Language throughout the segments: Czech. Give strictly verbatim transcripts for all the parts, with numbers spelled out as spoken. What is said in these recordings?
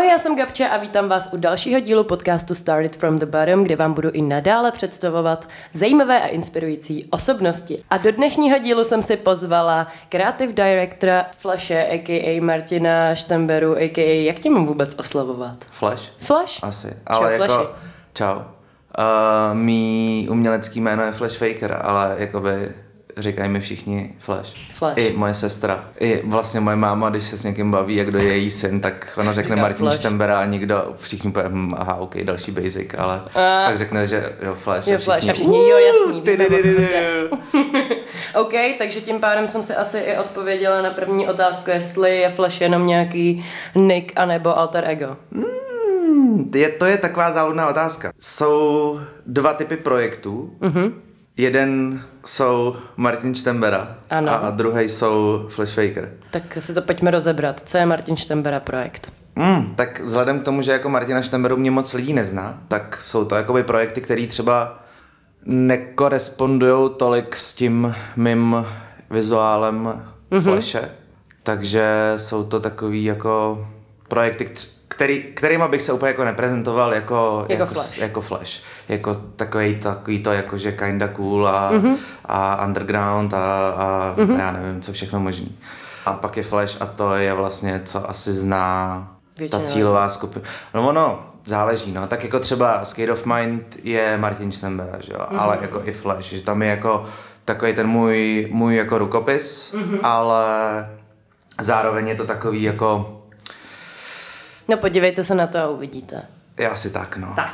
Ahoj, já jsem Gabča a vítám vás u dalšího dílu podcastu Started from the Bottom, kde vám budu i nadále představovat zajímavé a inspirující osobnosti. A do dnešního dílu jsem si pozvala creative directora Flashe, a k a. Martina Štemberu, a k a. Jak tě mám vůbec oslavovat? Flash? Flash? Asi, ale čau, jako, Flashy. čau. Uh, mý umělecký jméno je Flash Faker, ale jakoby říkají mi všichni Flash. Flash. I moje sestra. I vlastně moje máma, když se s někým baví, jak kdo je její syn, tak ona řekne Říká Martin Flash. Štembera a nikdo, všichni pojem, hm, aha, ok, další basic, ale Uh, tak řekne, že jo, Flash. Jo, Flash a všichni, jo, jasný. Ty, ty, ty, ty, ty. OK, takže tím pádem jsem si asi i odpověděla na první otázku, jestli je Flash jenom nějaký nick anebo alter ego. Hmm, je, to je taková záludná otázka. Jsou dva typy projektů. Mhm. Jeden jsou Martin Štembera Ano. a druhý jsou Flash Faker. Tak si to pojďme rozebrat. Co je Martin Štembera projekt? Mm, tak vzhledem k tomu, že jako Martina Štemberu mě moc lidí nezná, tak jsou to jakoby projekty, které třeba nekorespondujou tolik s tím mým vizuálem mm-hmm. Flashe. Takže jsou to takový jako projekty, který, kterýma bych se úplně jako neprezentoval jako, Jako jako, Flash. jako Flash. Jako takový, takový to jako, že kinda cool a, mm-hmm. a underground a, a mm-hmm. já nevím, co všechno možný. A pak je Flash a to je vlastně, co asi zná Většina. ta cílová skupina. No ono, záleží, no. Tak jako třeba Skate of Mind je Martin Štembera, že jo, mm-hmm. ale jako i Flash, že tam je jako takový ten můj, můj jako rukopis, mm-hmm. ale zároveň je to takový jako... No podívejte se na to a uvidíte. Je asi tak, no. Tak.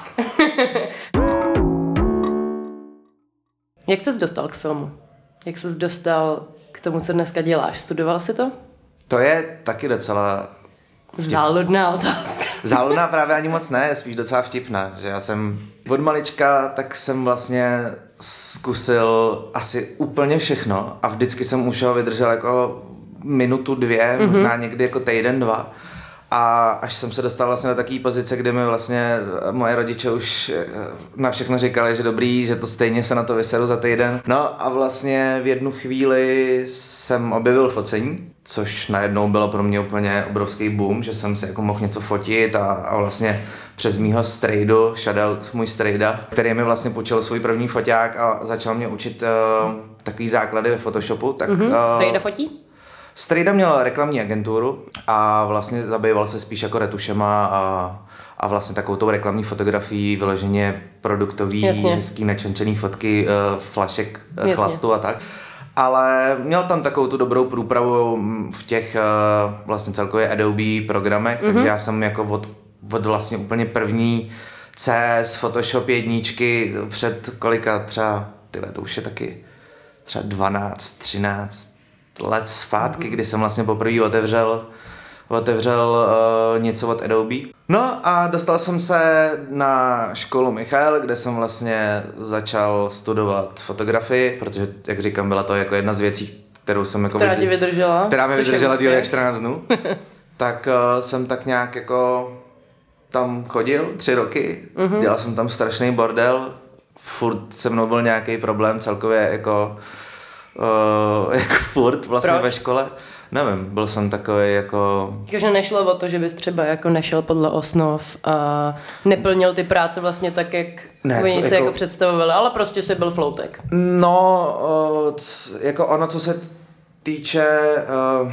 Jak ses dostal k filmu? Jak ses dostal k tomu, co dneska děláš? Studoval jsi to? To je taky docela... Vtip. Záludná otázka. Záludná právě ani moc ne, spíš docela vtipná, že já jsem od malička, tak jsem vlastně zkusil asi úplně všechno a vždycky jsem už ho vydržel jako minutu, dvě, mm-hmm. možná někdy jako týden, dva. A až jsem se dostal vlastně do takové pozice, kde mi vlastně moje rodiče už na všechno říkali, že dobrý, že to stejně se na to vyseru za týden. No a vlastně v jednu chvíli jsem objevil focení, což najednou bylo pro mě úplně obrovský boom, že jsem si jako mohl něco fotit a, a vlastně přes mýho strejdu, shoutout můj strejda, který mi vlastně půjčil svůj první foťák a začal mě učit uh, takový základy ve Photoshopu. Tak, Mm-hmm. uh, Strejda fotí? Strejda měl reklamní agenturu a vlastně zabýval se spíš jako retušema a, a vlastně takovou tou reklamní fotografií, vyloženě produktový, Jasně. hezký načančený fotky, uh, flašek, uh, Jasně. chlastu a tak. Ale měl tam takovou tu dobrou průpravu v těch uh, vlastně celkově Adobe programech, mm-hmm. takže já jsem jako od, od vlastně úplně první C S, Photoshop jedničky před kolika třeba, tyhle, to už je taky třeba dvanáct, třináct let zpátky, kdy jsem vlastně poprvé otevřel, otevřel uh, něco od Adobe. No a dostal jsem se na školu Michal, kde jsem vlastně začal studovat fotografii, protože, jak říkám, byla to jako jedna z věcí, kterou jsem jako... Která ti vydržela? Která mi Což je vydržela díl úspěch. jak čtrnáct dnů. Tak uh, jsem tak nějak jako tam chodil tři roky, mm-hmm. dělal jsem tam strašný bordel, furt se mnou byl nějaký problém celkově jako... Uh, jako furt vlastně Proč? ve škole. Nevím, byl jsem takový jako... Jakože nešlo o to, že bys třeba jako nešel podle osnov a neplnil ty práce vlastně tak, jak Ne, oni co si jako- jako představovali, ale prostě jsi byl floutek. No, uh, c- jako ono, co se týče uh,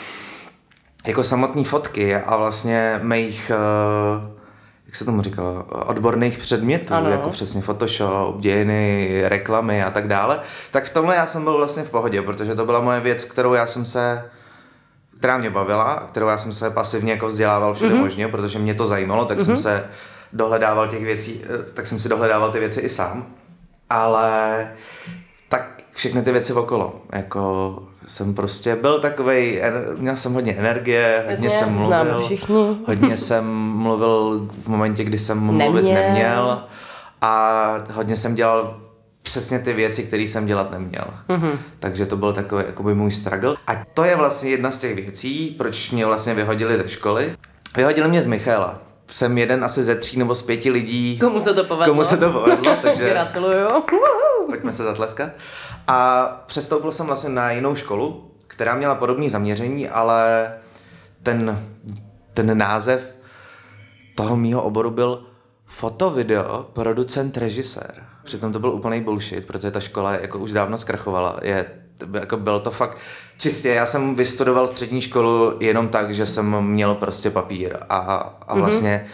jako samotné fotky a vlastně mých, uh, jak se tomu říkalo, odborných předmětů, Ano. jako přesně Photoshop, dějiny, reklamy a tak dále, tak v tomhle já jsem byl vlastně v pohodě, protože to byla moje věc, kterou já jsem se, která mě bavila, kterou já jsem se pasivně jako vzdělával všude mm-hmm. možně, protože mě to zajímalo, tak mm-hmm. jsem se dohledával těch věcí, tak jsem si dohledával ty věci i sám, ale tak všechny ty věci okolo, jako jsem prostě byl takovej, měl jsem hodně energie, hodně Jasně, jsem známe mluvil, všichni. hodně jsem mluvil v momentě, kdy jsem mluvit Neměl. neměl a hodně jsem dělal přesně ty věci, které jsem dělat neměl. Mm-hmm. Takže to byl takový jakoby můj struggle. A to je vlastně jedna z těch věcí, proč mě vlastně vyhodili ze školy. Vyhodili mě z Michaela. Jsem jeden asi ze tří nebo z pěti lidí. Komu se to povedlo? Komu se to povedlo, takže Gratuluju. pojďme se zatleskat. A přestoupil jsem vlastně na jinou školu, která měla podobné zaměření, ale ten, ten název toho mýho oboru byl fotovideo, producent, režisér. Přitom to byl úplný bullshit, protože ta škola jako už dávno zkrachovala. Je, jako bylo to fakt čistě, já jsem vystudoval střední školu jenom tak, že jsem měl prostě papír a, a vlastně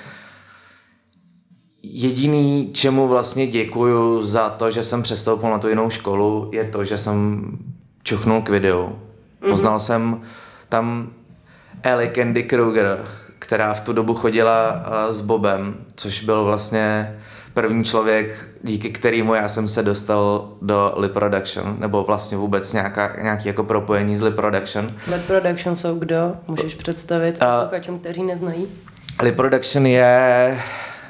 jediný, čemu vlastně děkuju za to, že jsem přestoupil na tu jinou školu, je to, že jsem čuchnul k videu. Poznal mm-hmm. jsem tam Ellie Candy Kruger, která v tu dobu chodila uh, s Bobem, což byl vlastně první člověk, díky kterému já jsem se dostal do Lip Production, nebo vlastně vůbec nějaká, nějaký jako propojení s Lip Production. Lip Production jsou kdo? Můžeš představit posluchačům, kteří neznají? Lip Production je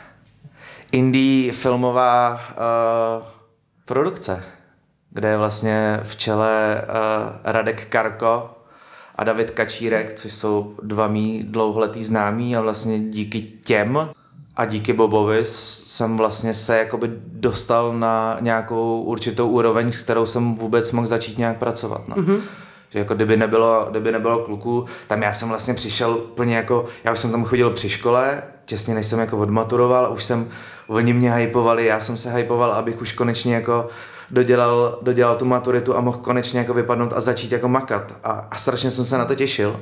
indie filmová uh, produkce, kde je vlastně v čele uh, Radek Karko a David Kačírek, což jsou dva mý dlouholetý známí a vlastně díky těm a díky Bobovi jsem vlastně se jakoby dostal na nějakou určitou úroveň, s kterou jsem vůbec mohl začít nějak pracovat. No. Mm-hmm. Že jako kdyby nebylo, kdyby nebylo kluků, tam já jsem vlastně přišel úplně jako, já už jsem tam chodil při škole, těsně než jsem jako odmaturoval, už jsem, oni mě hypovali, já jsem se hypoval, abych už konečně jako dodělal, dodělal tu maturitu a mohl konečně jako vypadnout a začít jako makat. A, a strašně jsem se na to těšil.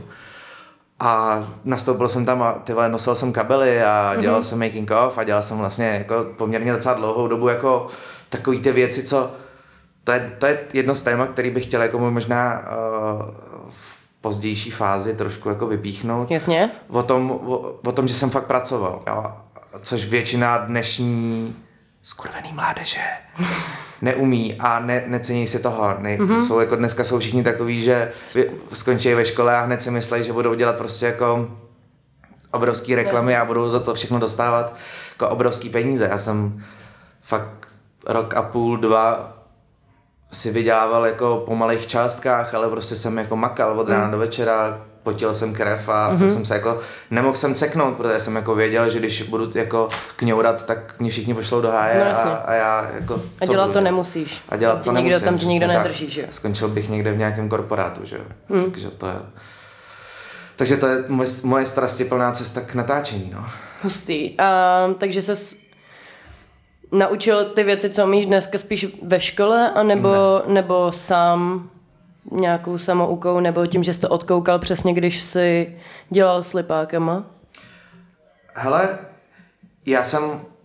A nastoupil jsem tam a ty vole, nosil jsem kabely a dělal mm-hmm. jsem making of a dělal jsem vlastně jako poměrně docela dlouhou dobu jako takový ty věci, co to je, to je jedno z téma, který bych chtěl jako možná uh, v pozdější fázi trošku jako vypíchnout. Jasně. O tom, o, o tom, že jsem fakt pracoval, jo? Což většina dnešní skurvený mládeže neumí a ne, necení si toho. Ne, mm-hmm. jsou jako dneska jsou všichni takový, že skončí ve škole a hned si myslí, že budou dělat prostě jako obrovský reklamy yes. a budou za to všechno dostávat jako obrovský peníze. Já jsem fakt rok a půl, dva si vydělával jako po malých částkách, ale prostě jsem jako makal od rána mm. do večera, potil jsem krev a mm-hmm. jsem se jako, nemohl jsem ceknout, protože jsem jako věděl, že když budu jako kňourat, tak mě všichni pošlou do háje no, a, a já jako a dělat budu, to nemusíš. A dělat to nikdo, nemusím. Tam tě nikdo tak, nedrží, že jo? Skončil bych někde v nějakém korporátu, že jo. Mm. Takže to je... Takže to je moje, moje strastiplná cesta k natáčení, no. Hustý. Um, takže ses naučil ty věci, co umíš dneska spíš ve škole, anebo, ne. nebo sám nějakou samoukou, nebo tím, že jsi to odkoukal přesně, když jsi dělal s lipákama? Hele, já jsem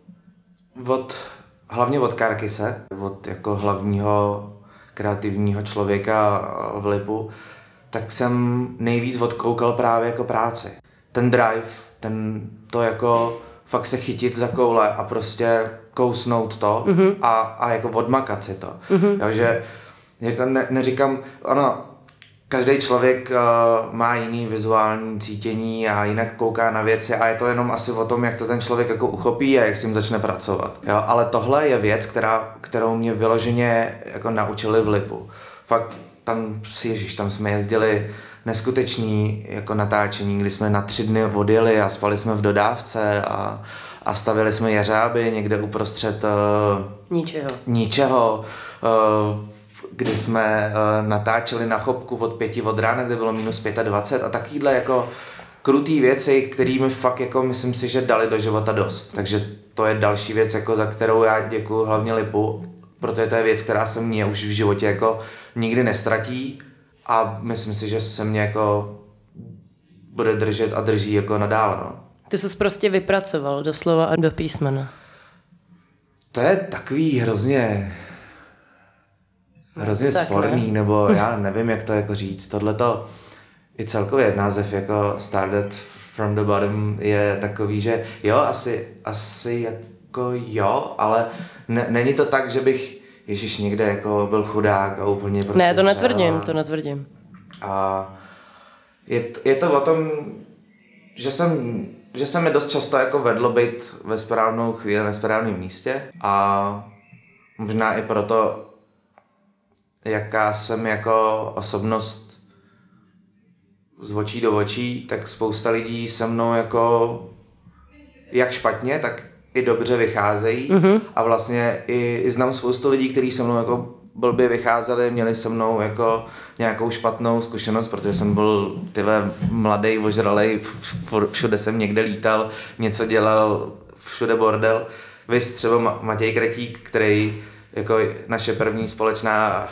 od, hlavně od Karkise, od jako hlavního kreativního člověka v Lipu, tak jsem nejvíc odkoukal právě jako práci. Ten drive, ten to jako fakt se chytit za koule a prostě kousnout to mm-hmm. a, a jako odmakat si to. Mm-hmm. Jo, že jako ne, neříkám, ano, každý člověk uh, má jiný vizuální cítění a jinak kouká na věci a je to jenom asi o tom, jak to ten člověk jako uchopí a jak s tím začne pracovat. Jo, ale tohle je věc, která, kterou mě vyloženě jako naučili v Lipu. Fakt tam, ježiš, tam jsme jezdili neskutečný jako natáčení, kdy jsme na tři dny odjeli a spali jsme v dodávce a, a stavili jsme jeřáby někde uprostřed uh, ničeho. ničeho uh, kdy jsme uh, natáčeli na Chopku od pěti od rána, kde bylo minus dvacet pět a takovýhle jako krutý věci, který mi fakt jako myslím si, že dali do života dost. Takže to je další věc, jako za kterou já děkuju hlavně Lipu, protože to je věc, která se mě už v životě jako nikdy nestratí a myslím si, že se mě jako bude držet a drží jako nadále. No. Ty ses prostě vypracoval doslova a do písmena. To je takový hrozně hrozně tak sporný, ne. nebo já nevím, jak to jako říct. Tohleto i celkově název jako Started from the Bottom je takový, že jo, asi, asi jako jo, ale ne, není to tak, že bych Ježíš někde jako byl chudák a úplně prostě... Ne, to netvrdím, to netvrdím. A je, je to o tom, že jsem, že se mi dost často jako vedlo být ve správnou chvíli na správném místě a možná i proto, jaká jsem jako osobnost z očí do očí, tak spousta lidí se mnou jako jak špatně, tak i dobře vycházejí mm-hmm. a vlastně i, i znám spoustu lidí, kteří se mnou jako blbě vycházeli, měli se mnou jako nějakou špatnou zkušenost, protože jsem byl tyhle mladej, ožralej, všude jsem někde lítal, něco dělal, všude bordel. Vys třeba Matěj Kretík, který jako naše první společná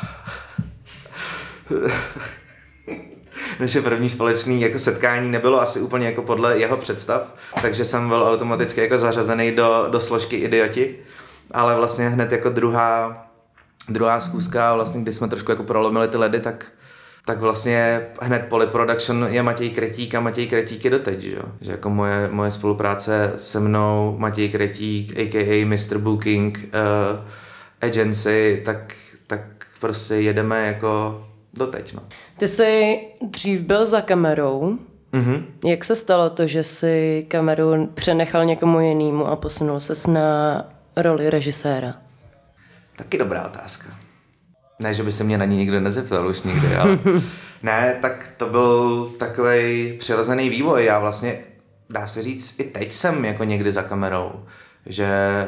naše první společné jako setkání nebylo asi úplně jako podle jeho představ, takže jsem byl automaticky jako zařazený do, do složky idioti, ale vlastně hned jako druhá, druhá zkouška, vlastně, kdy jsme trošku jako prolomili ty ledy, tak, tak vlastně hned Polyproduction je Matěj Kretík a Matěj Kretík je doteď, že, že jako moje, moje spolupráce se mnou, Matěj Kretík, a k a. mister Booking, uh, agency, tak, tak prostě jedeme jako doteď, no. Ty jsi dřív byl za kamerou. Mm-hmm. Jak se stalo to, že jsi kameru přenechal někomu jinému a posunul ses na roli režiséra? Taky dobrá otázka. Ne, že by se mě na ní nikdo nezeptal už nikdy, ale ne, tak to byl takovej přirozený vývoj. Já vlastně, dá se říct, i teď jsem jako někdy za kamerou, že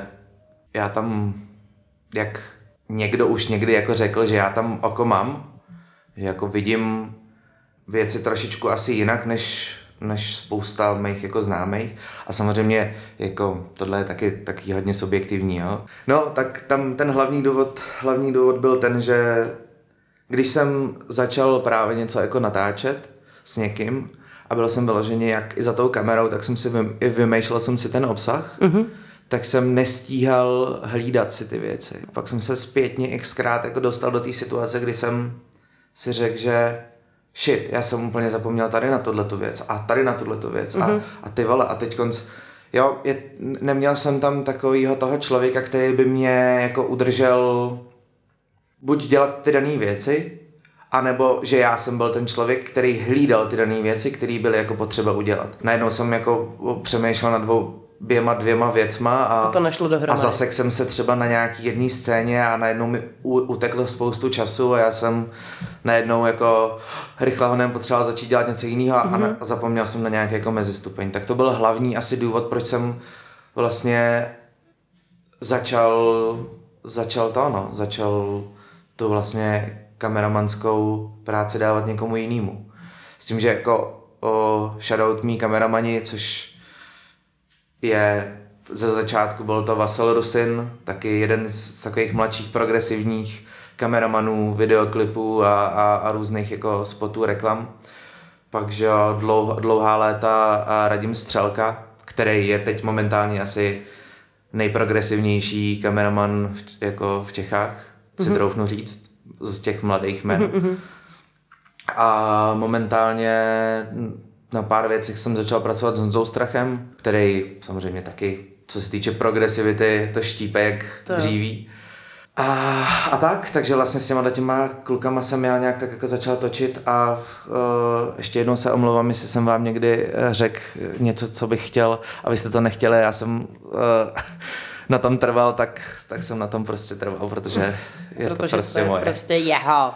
já tam, jak někdo už někdy jako řekl, že já tam oko mám, že jako vidím věci trošičku asi jinak, než, než spousta mých jako známých. A samozřejmě jako tohle je taky, taky hodně subjektivní, jo. No, tak tam ten hlavní důvod, hlavní důvod byl ten, že když jsem začal právě něco jako natáčet s někým a byl jsem vyloženě jak i za tou kamerou, tak jsem si vym, i vymýšlel jsem si ten obsah, mm-hmm. tak jsem nestíhal hlídat si ty věci. Pak jsem se zpětně xkrát jako dostal do té situace, kdy jsem si řekl, že shit, já jsem úplně zapomněl tady na tohletu věc a tady na tuhletu věc mm-hmm. a, a ty vole a teď konc, jo, je, neměl jsem tam takovýho toho člověka, který by mě jako udržel buď dělat ty dané věci, anebo že já jsem byl ten člověk, který hlídal ty dané věci, které byly jako potřeba udělat. Najednou jsem jako přemýšlel nad dvou Dvěma, dvěma věcma a, a to nešlo dohromady. A zasek jsem se třeba na nějaký jedné scéně a najednou mi u, uteklo spoustu času a já jsem najednou jako rychle honem potřeboval začít dělat něco jiného mm-hmm. a, na, a zapomněl jsem na nějaký jako mezistupeň. Tak to byl hlavní asi důvod, proč jsem vlastně začal, začal to, no, začal tu vlastně kameramanskou práci dávat někomu jinému. S tím, že jako o, shoutout mý kameramani, což je, ze začátku byl to Vasil Rusin, taky jeden z takových mladších progresivních kameramanů, videoklipů a, a, a různých jako spotů, reklam. Pak, že jo, dlouh, dlouhá léta a Radim Střelka, který je teď momentálně asi nejprogresivnější kameraman v, jako v Čechách, si mm-hmm. troufnu říct, z těch mladých men. Mm-hmm. A momentálně na pár věcech jsem začal pracovat s Honzou Strachem, který samozřejmě taky, co se týče progresivity, to štípe jak to dříví. A, a tak, takže vlastně s těma těma klukama jsem já nějak tak jako začal točit a uh, ještě jednou se omlouvám, jestli jsem vám někdy řekl něco, co bych chtěl a vy jste to nechtěli, já jsem uh, na tom trval, tak, tak jsem na tom prostě trval, protože je protože to prostě to je moje. Prostě jeho.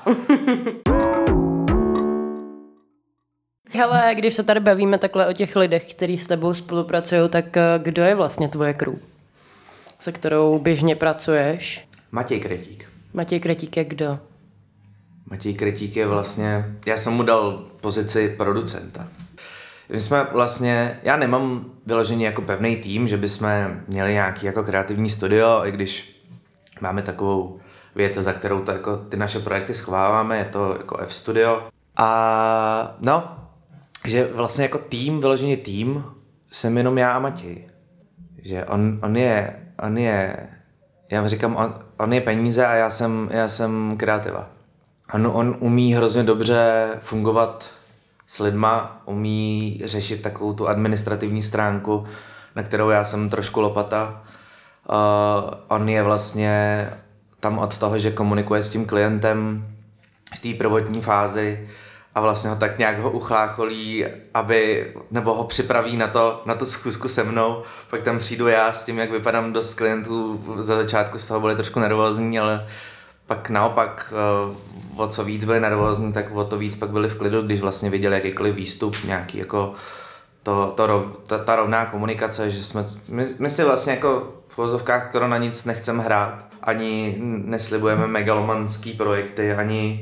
Hele, když se tady bavíme takhle o těch lidech, kteří s tebou spolupracují, tak kdo je vlastně tvoje crew, se kterou běžně pracuješ? Matěj Kretík. Matěj Kretík je kdo? Matěj Kretík je vlastně, já jsem mu dal pozici producenta. My jsme vlastně, já nemám vyloženě jako pevný tým, že bychom měli nějaký jako kreativní studio, i když máme takovou věc, za kterou to jako ty naše projekty schováváme, je to jako F Studio. A no, že vlastně jako tým, vyloženě tým, jsem jenom já a Matěj. Že on, on je, on je, já mu říkám, on, on je peníze a já jsem, já jsem kreativa. On, on umí hrozně dobře fungovat s lidma, umí řešit takovou tu administrativní stránku, na kterou já jsem trošku lopata. Uh, on je vlastně tam od toho, že komunikuje s tím klientem v té prvotní fázi a vlastně ho tak nějak ho uchlácholí, aby, nebo ho připraví na to, na tu schůzku se mnou. Pak tam přijdu já s tím, jak vypadám dost klientů, za začátku z toho byli trošku nervózní, ale pak naopak o co víc byli nervózní, tak o to víc pak byli v klidu, když vlastně viděli jakýkoliv výstup, nějaký jako to, to, ta, ta rovná komunikace, že jsme, my, my si vlastně jako v uvozovkách skoro na nic nechceme hrát. ani neslibujeme megalomanský projekty, ani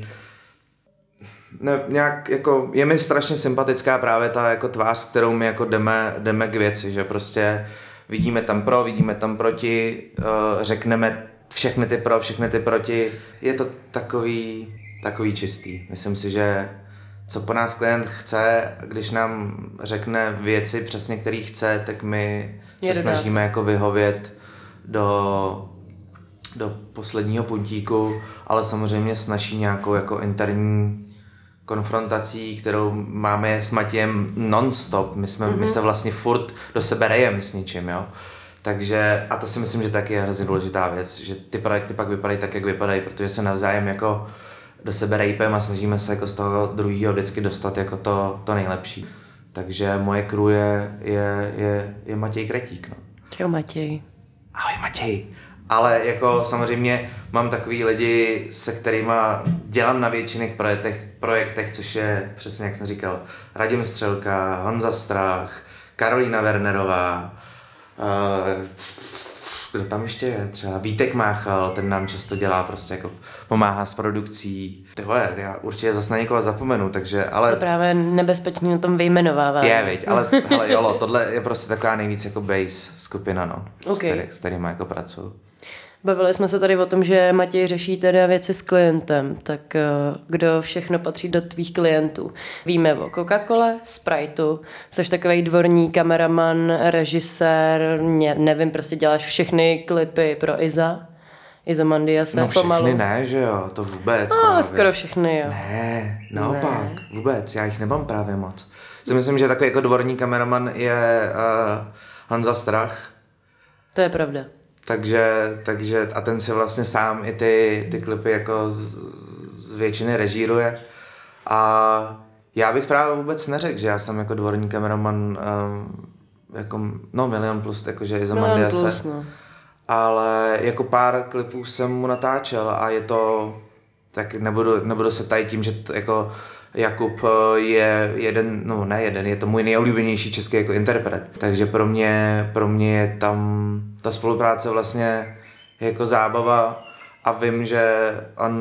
ne, nějak jako, je mi strašně sympatická právě ta jako tvář, s kterou my jako jdeme, jdeme k věci, že prostě vidíme tam pro, vidíme tam proti, uh, řekneme všechny ty pro, všechny ty proti. Je to takový, takový čistý. Myslím si, že co po nás klient chce, když nám řekne věci přesně, který chce, tak my se je snažíme jako vyhovět do, do posledního puntíku, ale samozřejmě s naší nějakou jako interní konfrontací, kterou máme s Matějem non-stop. My, jsme, mm-hmm. my se vlastně furt do sebe rejem s ničím, jo. Takže, a to si myslím, že taky je hrozně důležitá věc, že ty projekty pak vypadají tak, jak vypadají, protože se navzájem jako do sebe rejpem a snažíme se jako z toho druhého vždycky dostat jako to, to nejlepší. Takže moje crew je, je, je, je Matěj Kretík, no. Čau Matěj. Ahoj Matěj. Ale jako samozřejmě mám takový lidi, se kterými dělám na většiných projektech, projektech, což je přesně jak jsem říkal, Radim Střelka, Honza Strach, Karolína Wernerová, uh, kdo tam ještě je, třeba Vítek Máchal, ten nám často dělá, prostě jako pomáhá s produkcí. Ty vole, já určitě zase na někoho zapomenu, takže, ale... To právě nebezpečný na tom vyjmenovávání. Je, viď, ale hele, jolo, tohle je prostě taková nejvíc jako base skupina, no, okay. s, který, s kterýma jako pracuju. Bavili jsme se tady o tom, že Matěj řeší teda věci s klientem, tak uh, kdo všechno patří do tvých klientů? Víme o Coca-Cole, Spriteu, jsi takovej dvorní kameraman, režisér, ne, nevím, prostě děláš všechny klipy pro Iza, Izomandiase no pomalu. všechny ne, že jo, to vůbec. No, právě. skoro všechny, jo. Ne, naopak, ne. vůbec, já jich nemám právě moc. Si myslím, že takový jako dvorní kameraman je uh, Honza Strach. To je pravda. Takže, takže a ten si vlastně sám i ty, ty klipy jako z, z většiny režíruje. A já bych právě vůbec neřekl, že já jsem jako dvorní kameraman um, jako, no Milion plus, jakože Izomandiase. No. Ale jako pár klipů jsem mu natáčel a je to, tak nebudu, nebudu se tajit tím, že to, jako Jakub je jeden, no ne jeden, je to můj nejoblíbenější český jako interpret. Takže pro mě, pro mě je tam ta spolupráce vlastně jako zábava a vím, že on,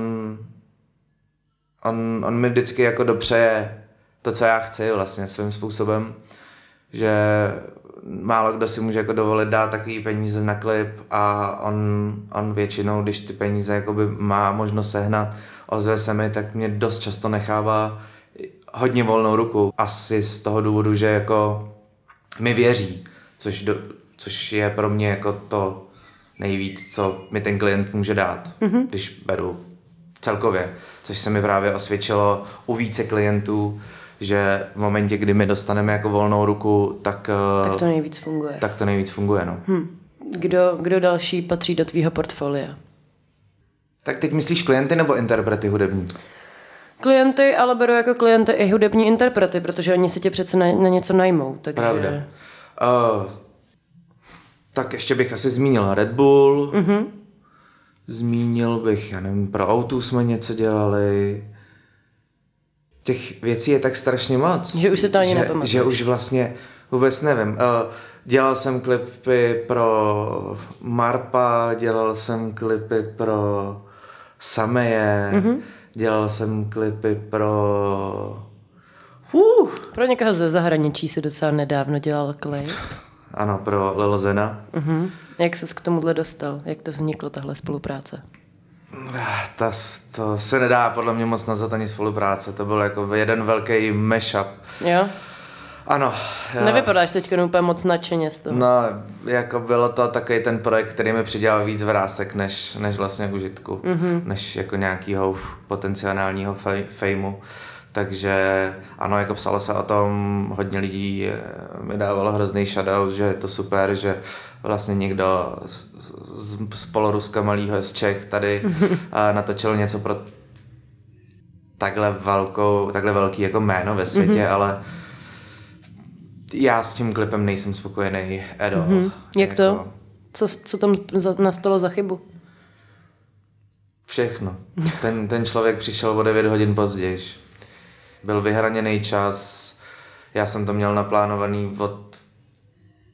on, on mi vždycky jako dopřeje to, co já chci vlastně svým způsobem, že málo kdo si může jako dovolit dát takový peníze na klip a on, on většinou, když ty peníze jakoby má možnost sehnat, ozve se mi, tak mě dost často nechává hodně volnou ruku. Asi z toho důvodu, že jako mi věří, což, do, což je pro mě jako to nejvíc, co mi ten klient může dát, mm-hmm. když beru celkově. Což se mi právě osvědčilo u více klientů, že v momentě, kdy my dostaneme jako volnou ruku, tak, tak to nejvíc funguje. Tak to nejvíc funguje, no. Hm. Kdo, kdo další patří do tvýho portfolia? Tak teď myslíš klienty nebo interprety hudební? Klienty, ale beru jako klienty i hudební interprety, protože oni si tě přece na, na něco najmou. Takže... Pravda. Uh, tak ještě bych asi zmínil Red Bull. Mm-hmm. Zmínil bych, já nevím, pro Autu jsme něco dělali. Těch věcí je tak strašně moc. Že už se to ani nepamatuješ. Že už vlastně vůbec nevím. Uh, dělal jsem klipy pro Marpa, dělal jsem klipy pro Sameje, mm-hmm. dělal jsem klipy pro... Uh. Pro někoho ze zahraničí si docela nedávno dělal klip. Ano, pro Lil Zena. Mm-hmm. Jak ses k tomuhle dostal? Jak to vzniklo, tahle spolupráce? Ta, to se nedá podle mě moc nazvat ani spolupráce. To byl jako jeden velký mashup. Jo? Ano. Já... Nevypadáš teďka úplně moc nadšeně z toho. No, jako bylo to takový ten projekt, který mi přidělal víc vrásek, než, než vlastně užitku. Mm-hmm. Než jako nějakýho potenciálního fej, fejmu. Takže ano, jako psalo se o tom, hodně lidí mi dávalo hrozný shoutout, že je to super, že vlastně někdo z, z, z Poloruska malýho z Čech tady natočil něco pro takhle, velkou, takhle velký jako jméno ve světě, mm-hmm. ale já s tím klipem nejsem spokojený at all. Mm-hmm. Jak jako... to? Co, co tam za, nastalo za chybu? Všechno. Ten, ten člověk přišel o devět hodin později. Byl vyhraněný čas, já jsem to měl naplánovaný od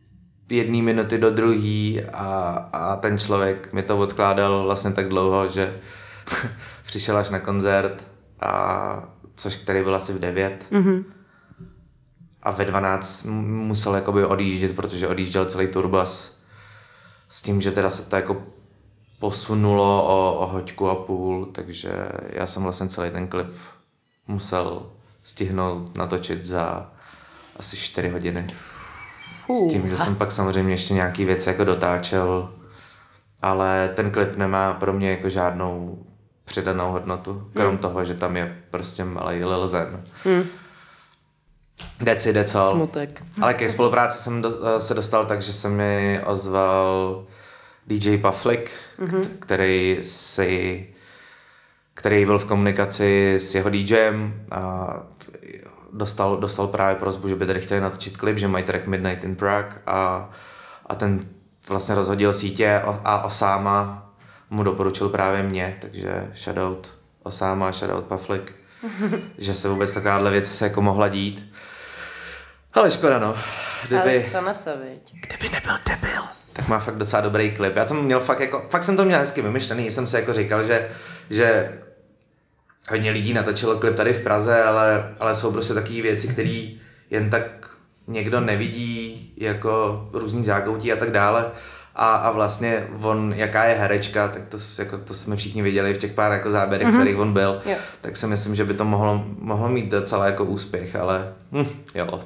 jedné minuty do druhé a, a ten člověk mi to odkládal vlastně tak dlouho, že přišel až na koncert, a, což který byl asi v devět. Mm-hmm. A ve dvanáct musel jakoby odjíždět, protože odjížděl celý turbas s tím, že teda se to jako posunulo o, o hoďku a půl, takže já jsem vlastně celý ten klip musel stihnout natočit za asi čtyři hodiny. S tím, že jsem pak samozřejmě ještě nějaký věci jako dotáčel, ale ten klip nemá pro mě jako žádnou přidanou hodnotu, krom hmm. toho, že tam je prostě malej Lil Zen. Hmm. Deci, decol. Smutek. Ale ke spolupráci jsem do, se dostal tak, že se mi ozval D J Pavlik, mm-hmm. který si který byl v komunikaci s jeho DJem a dostal, dostal právě prosbu, že by tady chtěli natočit klip, že mají track Midnight in Prague a, a ten vlastně rozhodil sítě a Osama mu doporučil právě mě, takže shoutout Osama, shoutout Pavlik, že se vůbec takováhle věc se jako mohla dít. Ale škoda no. Kdyby, ale stane se, viď. Kdyby nebyl debil, tak má fakt docela dobrý klip. Já jsem měl fakt jako, fakt jsem to měl hezky vymyšlený, jsem si jako říkal, že, že hodně lidí natočilo klip tady v Praze, ale, ale jsou prostě takové věci, které jen tak někdo nevidí, jako různý zákoutí a tak dále. A, a vlastně on, jaká je herečka, tak to, jako, to jsme všichni viděli v těch pár jako záběrech, mm-hmm. kterých on byl. Yeah. Tak si myslím, že by to mohlo, mohlo mít docela jako úspěch, ale hm, jo.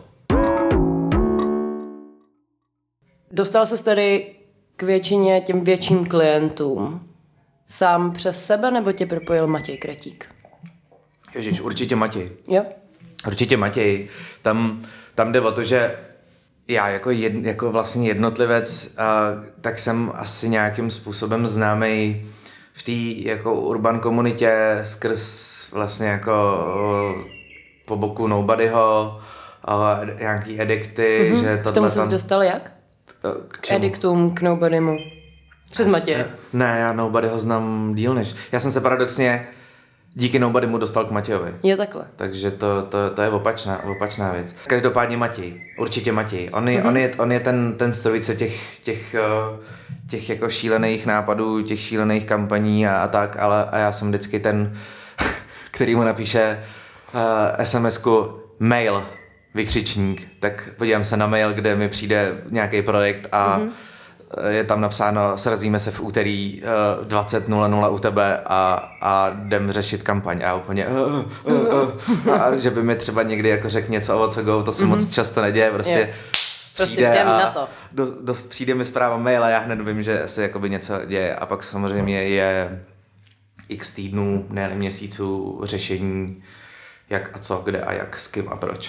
Dostal ses tady k většině těm větším klientům sám přes sebe, nebo tě propojil Matěj Kratík? Ježiš, určitě Matěj. Jo? Určitě Matěj. Tam, tam jde o to, že já jako, jed, jako vlastně jednotlivec, uh, tak jsem asi nějakým způsobem známý v té jako urban komunitě skrz vlastně jako uh, po boku Nobodyho, uh, nějaký edikty, mm-hmm. že tohle k tomu jsi tam... dostal jak? K, k ediktům, k Nobodymu. Přes Matěje. Ne, já Nobodyho znám díl než... Já jsem se paradoxně díky Nobodymu dostal k Matějovi. Je takhle. Takže to, to, to je opačná, opačná věc. Každopádně Matěj, určitě Matěj. On je, mm-hmm. on je, on je ten, ten strojce těch, těch, těch jako šílených nápadů, těch šílených kampaní a, a tak, ale a já jsem vždycky ten, který mu napíše uh, SMSku mail, vykřičník. Tak podívám se na mail, kde mi přijde nějaký projekt a mm-hmm. je tam napsáno, srazíme se v úterý uh, dvacet nula nula u tebe a, a jdem řešit kampaň. A úplně uh, uh, uh, a že by mi třeba někdy jako řekl něco o co go, to se mm-hmm. moc často neděje, prostě yeah. přijde prostě a na to. Do, do, přijde mi zpráva mail a já hned vím, že se jakoby něco děje a pak samozřejmě je x týdnů, ne měsíců řešení jak a co, kde a jak, s kým a proč.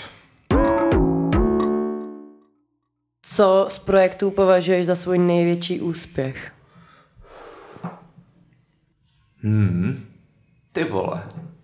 Co z projektů považuješ za svůj největší úspěch? Hmm, ty vole.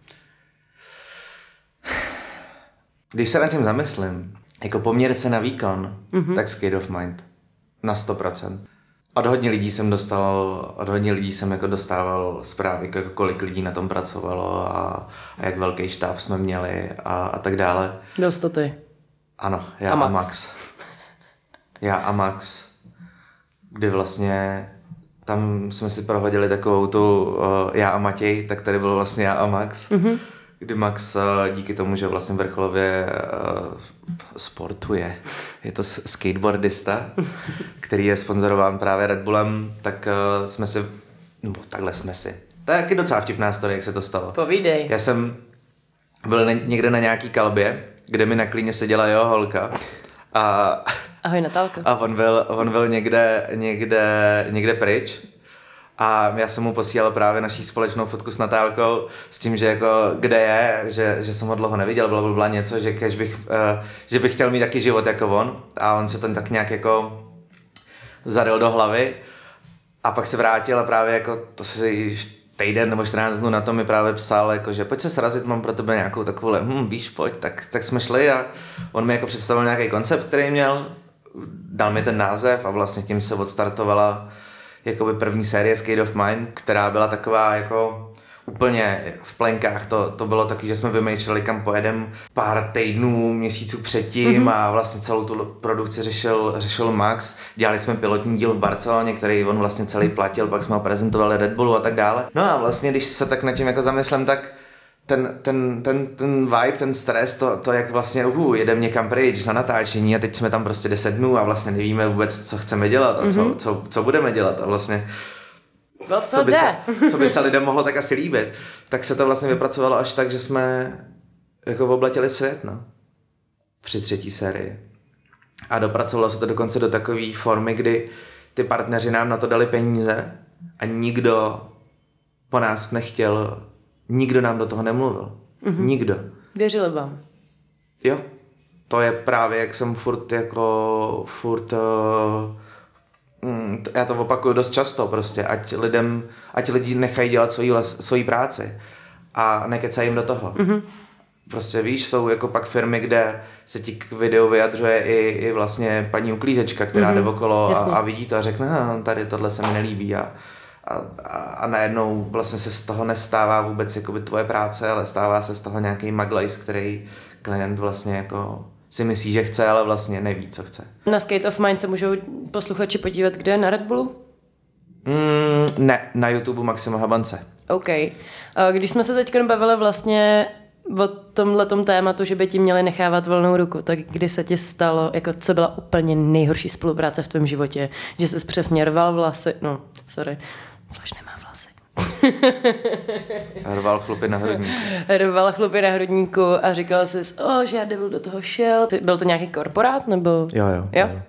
Když se nad tím zamyslím, jako poměr cena výkon, mm-hmm. tak Skate of Mind. Na sto procent. Od hodně lidí jsem dostal, od hodně lidí jsem jako dostával zprávy, jako kolik lidí na tom pracovalo a, a jak velký štáb jsme měli a, a tak dále. Byl jsi to ty? Ano, já a Max. A Max. Já a Max, kdy vlastně tam jsme si prohodili takovou tu uh, já a Matěj, tak tady byl vlastně já a Max, mm-hmm. kdy Max uh, díky tomu, že vlastně vrcholově uh, sportuje, je to skateboardista, který je sponzorován právě Red Bullem, tak uh, jsme si, no takhle jsme si, to je taky docela vtipná story, jak se to stalo. Povídej. Já jsem byl ne- někde na nějaký kalbě, kde mi na klíně seděla jeho holka a ahoj Natálka. A on byl, on byl někde, někde, někde pryč a já jsem mu posílal právě naší společnou fotku s Natálkou s tím, že jako kde je, že, že jsem ho dlouho neviděl, bylo byla něco, že, kež bych, uh, že bych chtěl mít taky život jako on a on se ten tak nějak jako zaryl do hlavy a pak se vrátil a právě jako to si týden nebo čtrnáct dnů na to mi právě psal, jako, že pojď se srazit, mám pro tebe nějakou takovou, hm, víš, pojď, tak, tak jsme šli a on mi jako představil nějaký koncept, který měl, dal mi ten název a vlastně tím se odstartovala jakoby první série Skate of Mind, která byla taková jako úplně v plenkách, to, to bylo taky, že jsme vymýšleli, kam pojedem pár týdnů, měsíců předtím mm-hmm. a vlastně celou tu produkci řešil, řešil Max. Dělali jsme pilotní díl v Barceloně, který on vlastně celý platil, pak jsme ho prezentovali Red Bullu a tak dále. No a vlastně, když se tak nad tím jako zamyslím, tak ten, ten, ten, ten vibe, ten stres, to, to jak vlastně uh, jedem někam pryč na natáčení a teď jsme tam prostě deset dnů a vlastně nevíme vůbec, co chceme dělat a co, mm-hmm. co, co budeme dělat a vlastně no, co, co, by jde? se, co by se lidem mohlo tak asi líbit, tak se to vlastně vypracovalo až tak, že jsme jako obletěli svět, no. Při třetí sérii. A dopracovalo se to dokonce do takové formy, kdy ty partneři nám na to dali peníze a nikdo po nás nechtěl, nikdo nám do toho nemluvil. Mm-hmm. Nikdo. Věřili vám. Jo. To je právě, jak jsem furt jako, furt... Uh, já to opakuju dost často prostě, ať lidem, ať lidi nechají dělat svoji, svoji práci a nekecají jim do toho. Mm-hmm. Prostě víš, jsou jako pak firmy, kde se ti k videu vyjadřuje i, i vlastně paní uklízečka, která mm-hmm. jde okolo a, a vidí to a řekne, no, tady tohle se mi nelíbí a, a, a najednou vlastně se z toho nestává vůbec jakoby tvoje práce, ale stává se z toho nějaký maglajs, který klient vlastně jako si myslí, že chce, ale vlastně neví, co chce. Na Skate of Mind se můžou posluchači podívat kde? Na Red Bullu? Mm, ne, na YouTube Maxima Habance. OK. Když jsme se teď bavili vlastně o tomhletom tématu, že by ti měli nechávat volnou ruku, tak kdy se ti stalo, jako co byla úplně nejhorší spolupráce v tvém životě? Že jsi přesně rval vlasy, no, sorry, Flash nemá vlasy. Rval chlupy na hrudníku. Rval chlupy na hrudníku a říkal jsi, o, že já devil do toho šel. Byl to nějaký korporát, nebo? Jo, jo. jo? jo.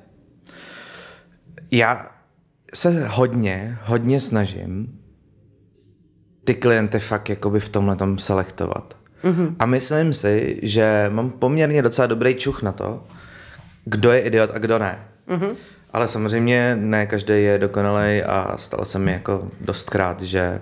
Já se hodně, hodně snažím ty klienty fakt jakoby v tomhletom selektovat. Mm-hmm. A myslím si, že mám poměrně docela dobrý čuch na to, kdo je idiot a kdo ne. Mm-hmm. Ale samozřejmě ne každý je dokonalej a stalo se mi jako dostkrát, že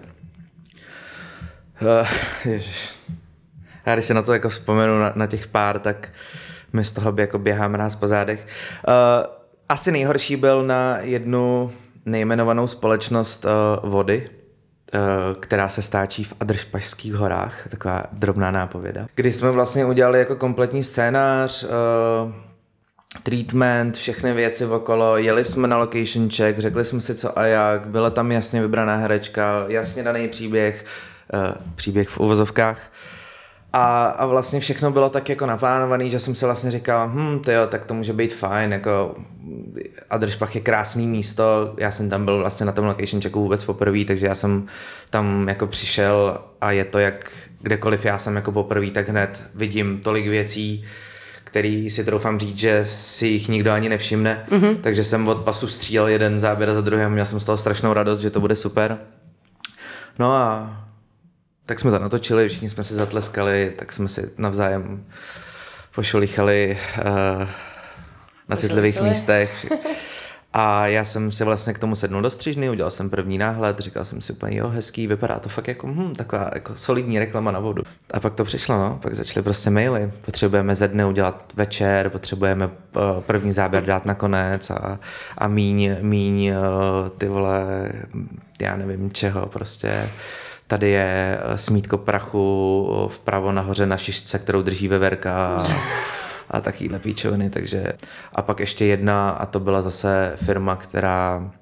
uh, ježiš. Já když se na to jako vzpomenu na, na těch pár, tak mi z toho jako běhá mráz po zádech. Uh, asi nejhorší byl na jednu nejmenovanou společnost uh, vody, uh, která se stáčí v Adršpašských horách, taková drobná nápověda. Kdy jsme vlastně udělali jako kompletní scénář, uh, treatment, všechny věci okolo, jeli jsme na location check, řekli jsme si co a jak, byla tam jasně vybraná herečka, jasně daný příběh, uh, příběh v uvozovkách a, a vlastně všechno bylo tak jako naplánovaný, že jsem si vlastně říkal, hm, tyjo, tak to může být fajn, jako Adršpach je krásný místo, já jsem tam byl vlastně na tom location checku vůbec poprvé, takže já jsem tam jako přišel a je to jak kdekoliv já jsem jako poprvé, tak hned vidím tolik věcí, který si troufám říct, že si jich nikdo ani nevšimne, mm-hmm. takže jsem od pasu střílel jeden záběr za druhým, měl jsem z toho strašnou radost, že to bude super. No a tak jsme to natočili, všichni jsme si zatleskali, tak jsme si navzájem pošolichali uh, na citlivých místech. A já jsem si vlastně k tomu sednul do střižny, udělal jsem první náhled, říkal jsem si úplně, jo, hezký, vypadá to fakt jako, hm, taková jako solidní reklama na vodu. A pak to přišlo, no, pak začaly prostě maily, potřebujeme ze dne udělat večer, potřebujeme uh, první záběr dát nakonec a, a míň, míň uh, ty vole, já nevím čeho, prostě tady je smítko prachu vpravo nahoře na šišce, kterou drží veverka a, a takovýhle píčoviny, takže a pak ještě jedna a to byla zase firma, která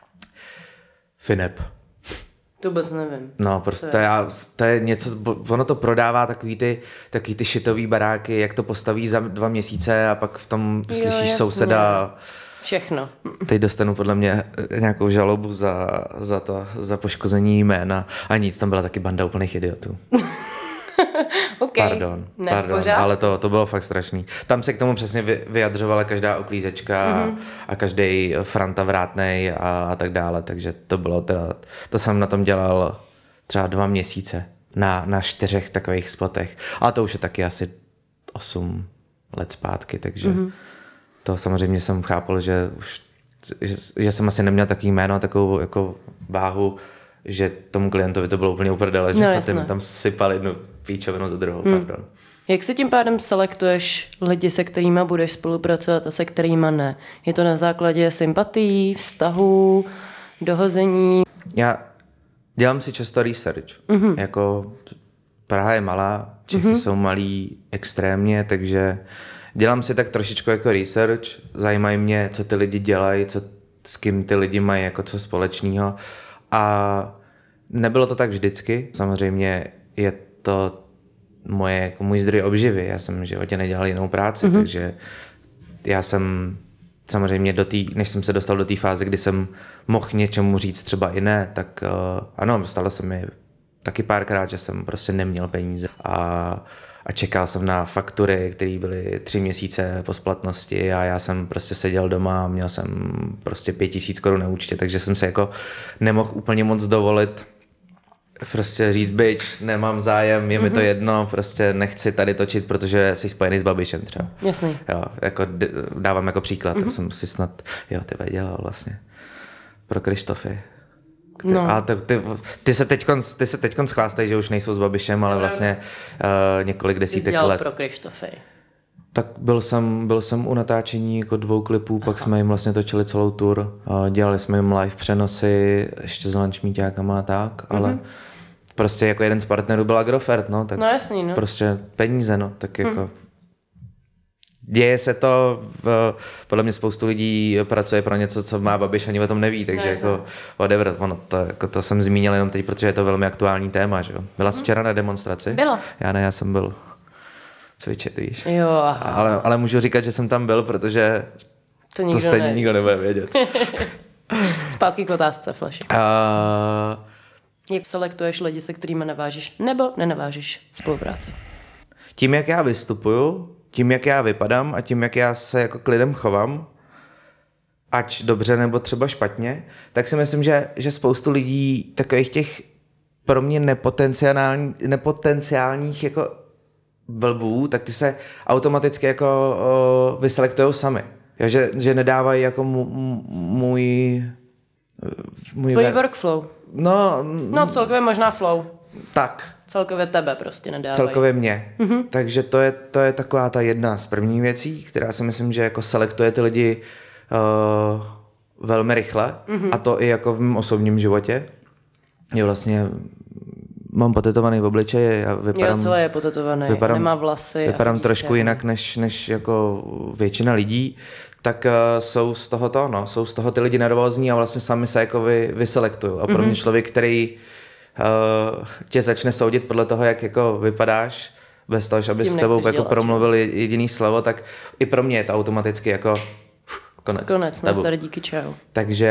Finep. To vůbec nevím. No, prostě to je, to je něco, ono to prodává takový ty, takový ty šitový baráky, jak to postaví za dva měsíce a pak v tom jo, slyšíš jasně. Souseda. Všechno. Teď dostanu podle mě nějakou žalobu za, za to, za poškození jména a nic, tam byla taky banda úplných idiotů. Okay. Pardon, ne, pardon, ale to, to bylo fakt strašný. Tam se k tomu přesně vyjadřovala každá uklízečka mm-hmm. a každý Franta vrátnej a, a tak dále, takže to bylo teda, to jsem na tom dělal třeba dva měsíce na, na čtyřech takových spotech, ale to už je taky asi osm let zpátky, takže mm-hmm. to samozřejmě jsem chápal, že už že, že jsem asi neměl takový jméno a takovou jako váhu, že tomu klientovi to bylo úplně uprdele, že no, tím tam sypal jednu píčovinu za druhou, hmm. pardon. Jak se tím pádem selektuješ lidi, se kterými budeš spolupracovat a se kterými ne? Je to na základě sympatií, vztahů, dohození? Já Dělám si často research. Mm-hmm. Jako Praha je malá, Čechy mm-hmm. jsou malí extrémně, takže dělám si tak trošičku jako research, zajímají mě, co ty lidi dělají, co, s kým ty lidi mají jako co společného. A nebylo to tak vždycky. Samozřejmě je to moje, jako můj zdroj obživy. Já jsem v životě nedělal jinou práci, mm-hmm. takže já jsem samozřejmě do tý, než jsem se dostal do té fáze, kdy jsem mohl něčemu říct třeba i ne, tak uh, ano, stalo se mi taky párkrát, že jsem prostě neměl peníze a, a čekal jsem na faktury, které byly tři měsíce po splatnosti a já jsem prostě seděl doma a měl jsem prostě pět tisíc korun na účtě, takže jsem se jako nemohl úplně moc dovolit prostě říct, bitch, nemám zájem, je mm-hmm. mi to jedno, prostě nechci tady točit, protože jsi spojený s Babišem třeba. Jasný. Jo, jako dávám jako příklad, mm-hmm. tak jsem si snad, jo, ty dělal vlastně pro Krištofy. Ty, no. A ty, ty, ty se teďkon, ty se teďkon schvástají, že už nejsou s Babišem, ale vlastně uh, několik desítek let. Ty jsi pro Krištofy. Tak byl jsem, byl jsem u natáčení jako dvou klipů, Aha. pak jsme jim vlastně točili celou tour, dělali jsme jim live přenosy, ještě s lančmíťákama a tak, mm-hmm. ale prostě jako jeden z partnerů byl Agrofert, no, tak no, jasný, no. prostě peníze, no, tak jako hmm. děje se to, v, podle mě spoustu lidí pracuje pro něco, co má Babiš, ani o tom neví, takže no, jako whatever, ono, to, jako to jsem zmínil jenom teď, protože je to velmi aktuální téma, že jo. Byla jsi včera na demonstraci? Byla. Já ne, já jsem byl cvičit, víš. Jo, ale, ale můžu říkat, že jsem tam byl, protože to, to stejně ne. nikdo nebude vědět. Zpátky k otázce, Flash. Uh, Jak selektuješ lidi, se kterými navážíš nebo nenavážíš spolupráci? Tím, jak já vystupuju, tím, jak já vypadám a tím, jak já se jako k lidem chovám, ať dobře nebo třeba špatně, tak si myslím, že, že spoustu lidí takových těch pro mě nepotenciální, nepotenciálních jako blbů, tak ty se automaticky jako o, vyselektujou sami. Jo, že, že nedávají jako můj... můj Tvůj ver... workflow. No, no celkově možná flow. Tak. Celkově tebe prostě nedávají. Celkově mě. Mm-hmm. Takže to je, to je taková ta jedna z prvních věcí, která si myslím, že jako selektuje ty lidi uh, velmi rychle. Mm-hmm. A to i jako v mém osobním životě. Jo, vlastně mám potetovaný v obličeji. Já vypadám, jo, celé je potetovaný. Vypadám, nemá vlasy. Vypadám trošku tě. jinak než, než jako většina lidí. Tak uh, jsou z toho to, no, jsou z toho ty lidi nervózní a vlastně sami se jako vy, vyselektují. A pro mě mm-hmm. člověk, který uh, tě začne soudit podle toho, jak jako vypadáš, bez toho, aby s tebou jako dělat, promluvil jediný slovo, tak i pro mě je to automaticky jako uf, konec. Konec, nazdar, díky, čau. Takže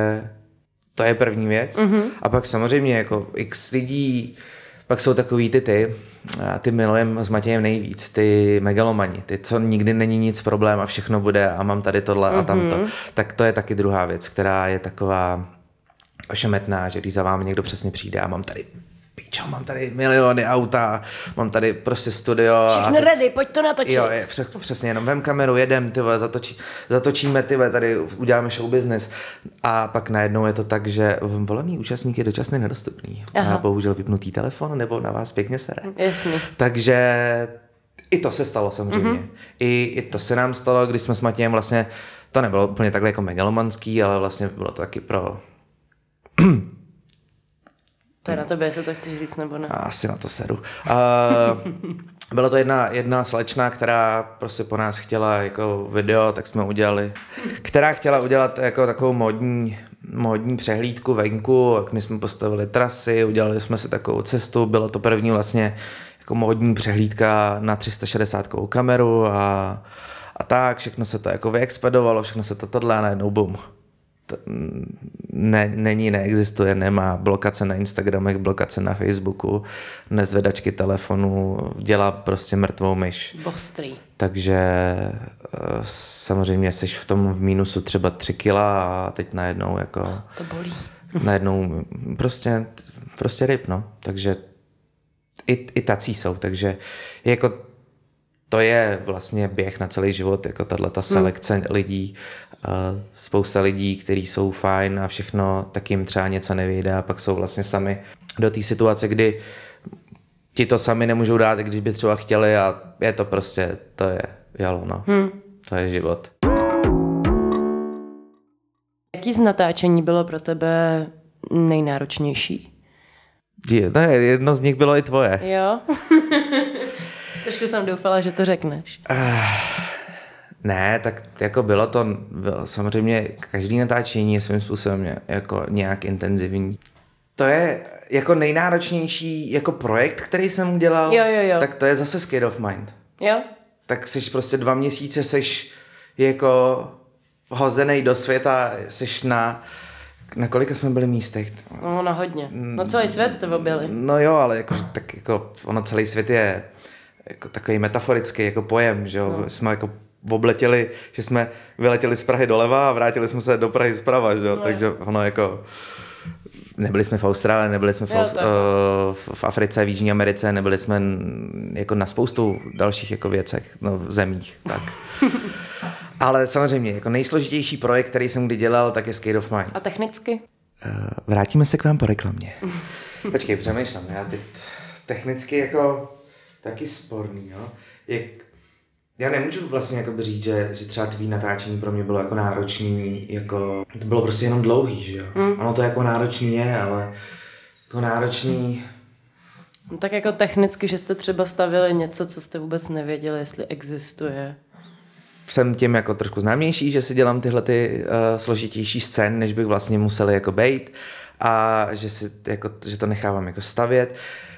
to je první věc. Mm-hmm. A pak samozřejmě jako x lidí, pak jsou takový ty ty, a ty milujem s Matějem nejvíc, ty megalomani, ty, co nikdy není nic problém a všechno bude a mám tady tohle mm-hmm. a tamto. Tak to je taky druhá věc, která je taková ošemetná, že když za vámi někdo přesně přijde a mám tady píčo, mám tady miliony auta, mám tady prostě studio. Všechno teď, ready, pojď to natočit. Jo, je, přesně, jenom vem kameru, jedem, ty vole, zatočí, zatočíme, ty vole, tady uděláme show business. A pak najednou je to tak, že volený účastník je dočasně nedostupný. Aha. A bohužel vypnutý telefon, nebo na vás pěkně sere. Jasný. Takže i to se stalo samozřejmě. Mm-hmm. I, I to se nám stalo, když jsme s Matějem vlastně, to nebylo úplně takhle jako megalomanský, ale vlastně bylo to taky pro... To je na tebe, jestli to chceš říct, nebo ne? Asi na to seru. Uh, byla to jedna, jedna slečna, která prostě po nás chtěla jako video, tak jsme udělali, která chtěla udělat jako takovou modní, modní přehlídku venku, jak my jsme postavili trasy, udělali jsme si takovou cestu, bylo to první vlastně jako modní přehlídka na tři sta šedesát kameru a, a tak, všechno se to jako vyexpedovalo, všechno se to tohle a najednou bum. Ne, není, neexistuje, nemá blokace na Instagramech, blokace na Facebooku, nezvedačky telefonu, dělá prostě mrtvou myš. Ostrý. Takže samozřejmě jsi v tom v mínusu třeba tři kila a teď najednou jako... To bolí. Najednou prostě, prostě ryb, no. Takže i, i tací jsou, takže jako to je vlastně běh na celý život, jako tato selekce hmm. lidí. Uh, spousta lidí, kteří jsou fajn a všechno, tak jim třeba něco nevyjde a pak jsou vlastně sami do té situace, kdy ti to sami nemůžou dát, když by třeba chtěli a je to prostě, to je jalo, no. Hmm. To je život. Jaký z natáčení bylo pro tebe nejnáročnější? Je, ne, jedno z nich bylo i tvoje. Jo? Trošku jsem doufala, že to řekneš. Uh, ne, tak jako bylo to, bylo, samozřejmě každý natáčení je svým způsobem jako nějak intenzivní. To je jako nejnáročnější jako projekt, který jsem udělal, jo, jo, jo. tak to je zase State of Mind. Jo? Tak jsi prostě dva měsíce seš jako hozenej do světa, seš na, na kolika jsme byli místech? No, na hodně. No celý svět jste objeli. No jo, ale jako, tak jako ono celý svět je jako takový metaforický jako pojem, že jo, no. Jsme jako obletěli, že jsme vyletěli z Prahy doleva a vrátili jsme se do Prahy zprava, že jo, no. Takže ono jako nebyli jsme v Austrálii, nebyli jsme v, jo, uh, v Africe, v Jižní Americe, nebyli jsme jako na spoustu dalších jako věcech, no, v zemích, tak. Ale samozřejmě, jako nejsložitější projekt, který jsem kdy dělal, tak je State of Mind. A technicky? Uh, vrátíme se k vám po reklamě. Počkej, přemýšlám, já teď technicky jako taky sporný, jo. Jak, já nemůžu vlastně jakoby říct, že, že třeba tvý natáčení pro mě bylo jako náročný, jako, to bylo prostě jenom dlouhý, že jo. Mm. Ono to jako náročný je, ale jako náročný... No tak jako technicky, že jste třeba stavili něco, co jste vůbec nevěděli, jestli existuje. Jsem tím jako trošku známější, že si dělám tyhle ty uh, složitější scény, než bych vlastně musel jako bejt a že, si, jako, že to nechávám jako stavět.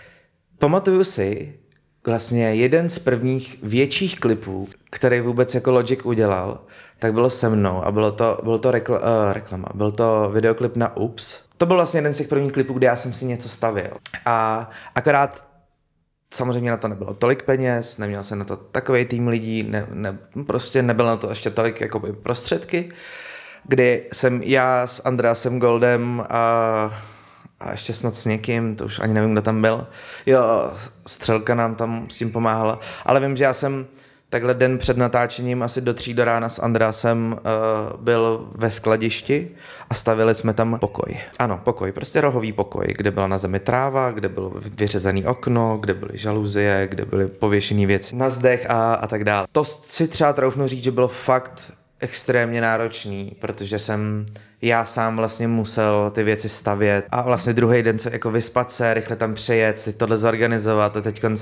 Pamatuju si, vlastně jeden z prvních větších klipů, který vůbec jako Logic udělal, tak bylo se mnou a bylo to, bylo to rekl, uh, reklama, byl to videoklip na Ups. To byl vlastně jeden z těch prvních klipů, kde já jsem si něco stavěl. A akorát samozřejmě na to nebylo tolik peněz, neměl jsem na to takovej tým lidí, ne, ne, prostě nebylo na to ještě tolik jakoby prostředky, kdy jsem já s Andreasem Goldem a a ještě snad s někým, to už ani nevím, kdo tam byl. Jo, Střelka nám tam s tím pomáhala, ale vím, že já jsem takhle den před natáčením asi do tří do rána s Andreasem uh, byl ve skladišti a stavili jsme tam pokoj. Ano, pokoj, prostě rohový pokoj, kde byla na zemi tráva, kde bylo vyřezané okno, kde byly žaluzie, kde byly pověšené věci na zdech a, a tak dále. To si třeba troufnu říct, že bylo fakt extrémně náročný, protože jsem já sám vlastně musel ty věci stavět a vlastně druhý den se jako vyspat se, rychle tam přejet, teď tohle zorganizovat a teď uh,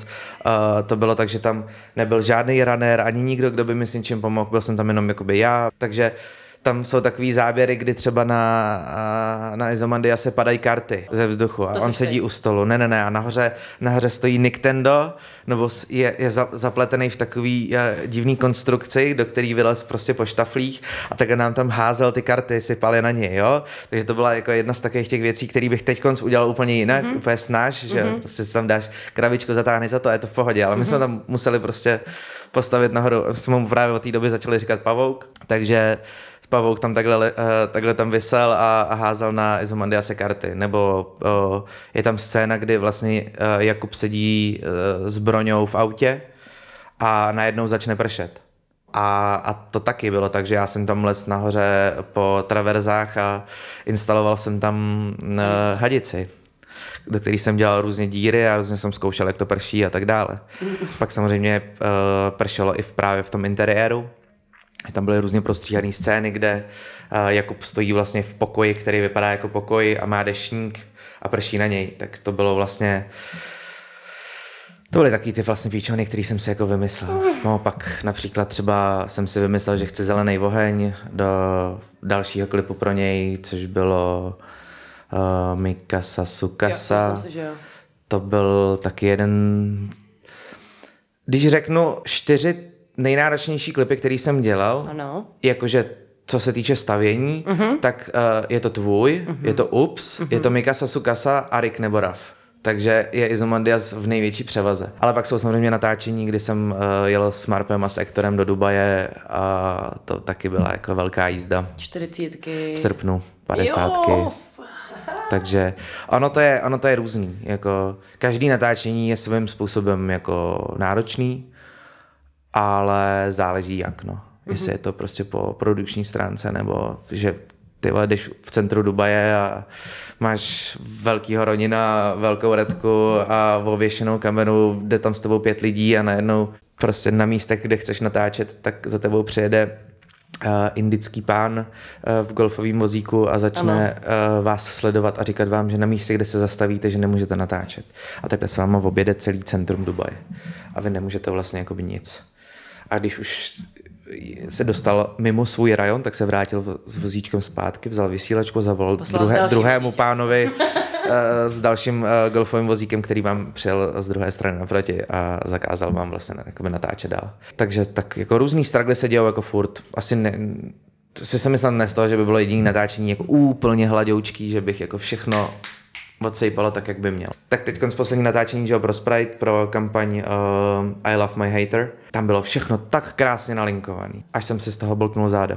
to bylo tak, že tam nebyl žádný runner, ani nikdo, kdo by mi s něčím pomohl, byl jsem tam jenom jakoby já, takže tam jsou takový záběry, kdy třeba na, na Izomandia se padají karty ze vzduchu a to on sedí ty. U stolu. Ne, ne, ne. A nahoře, nahoře stojí Nintendo, nebo je, je zapletený v takový je, divný konstrukci, do který vylez prostě po štaflích a tak nám tam házel ty karty, sypal je na něj, jo. Takže to byla jako jedna z takových těch věcí, které bych teď udělal úplně jinak, mm-hmm. úplně snaž, že mm-hmm. prostě tam dáš krabičku, zatáhneš za to a je to v pohodě, ale my mm-hmm. jsme tam museli prostě postavit nahoru, jsme mu právě od té doby začali říkat pavouk, takže Pavouk tam takhle, uh, takhle tam visel a, a házel na Izomandiase karty. Nebo uh, je tam scéna, kdy vlastně uh, Jakub sedí uh, s Broňou v autě a najednou začne pršet. A, a to taky bylo tak, že já jsem tam les nahoře po traverzách a instaloval jsem tam uh, hadici, do kterých jsem dělal různě díry a různě jsem zkoušel, jak to prší a tak dále. Pak samozřejmě uh, pršelo i v, právě v tom interiéru. Tam byly různě prostříhané scény, kde uh, Jakub stojí vlastně v pokoji, který vypadá jako pokoj a má deštník a prší na něj. Tak to bylo vlastně... To byly taky ty vlastně píčovny, který jsem si jako vymyslel. No pak například třeba jsem si vymyslel, že chci zelený oheň do dalšího klipu pro něj, což bylo uh, Mikasa Sukasa. Jo, myslím si, že jo. To byl taky jeden... Když řeknu čtyři nejnáročnější klipy, který jsem dělal, ano. Jakože co se týče stavění, uh-huh. tak uh, je to tvůj, uh-huh. je to Ups, uh-huh. je to Mikasa Sukasa a Rick nebo Raf. Takže je Izomandias v největší převaze. Ale pak jsou samozřejmě natáčení, kdy jsem uh, jel s Marpem a s Ektorem do Dubaje a to taky byla jako velká jízda. čtyřicítky. V srpnu, padesátky. Jo. Takže ono to je, ono to je různý. Jako, každý natáčení je svým způsobem jako náročný, ale záleží jak, no. Mm-hmm. Jestli je to prostě po produkční stránce, nebo že ty jdeš v centru Dubaje a máš velkýho Ronina, velkou redku a ověšenou kameru, jde tam s tebou pět lidí a najednou prostě na místech, kde chceš natáčet, tak za tebou přijede indický pán uh, v golfovém vozíku a začne uh, vás sledovat a říkat vám, že na místě, kde se zastavíte, že nemůžete natáčet. A takhle se vám objede celý centrum Dubaje. A vy nemůžete vlastně jakoby nic. A když už se dostal mimo svůj rajon, tak se vrátil s vozíčkem zpátky, vzal vysílačku, zavolal druhé, druhému pánovi s dalším golfovým vozíkem, který vám přijel z druhé strany naproti a zakázal vám vlastně jakoby natáčet dál. Takže tak jako různý struggly se dějou jako furt. Asi ne, si se mi snad nestalo, že by bylo jediné natáčení jako úplně hladoučký, že bych jako všechno odsejpalo tak, jak by měl. Tak teď z poslední natáčení, že jo, pro Sprite, pro kampaň uh, I Love My Hater, tam bylo všechno tak krásně nalinkovaný, až jsem si z toho blknul záda.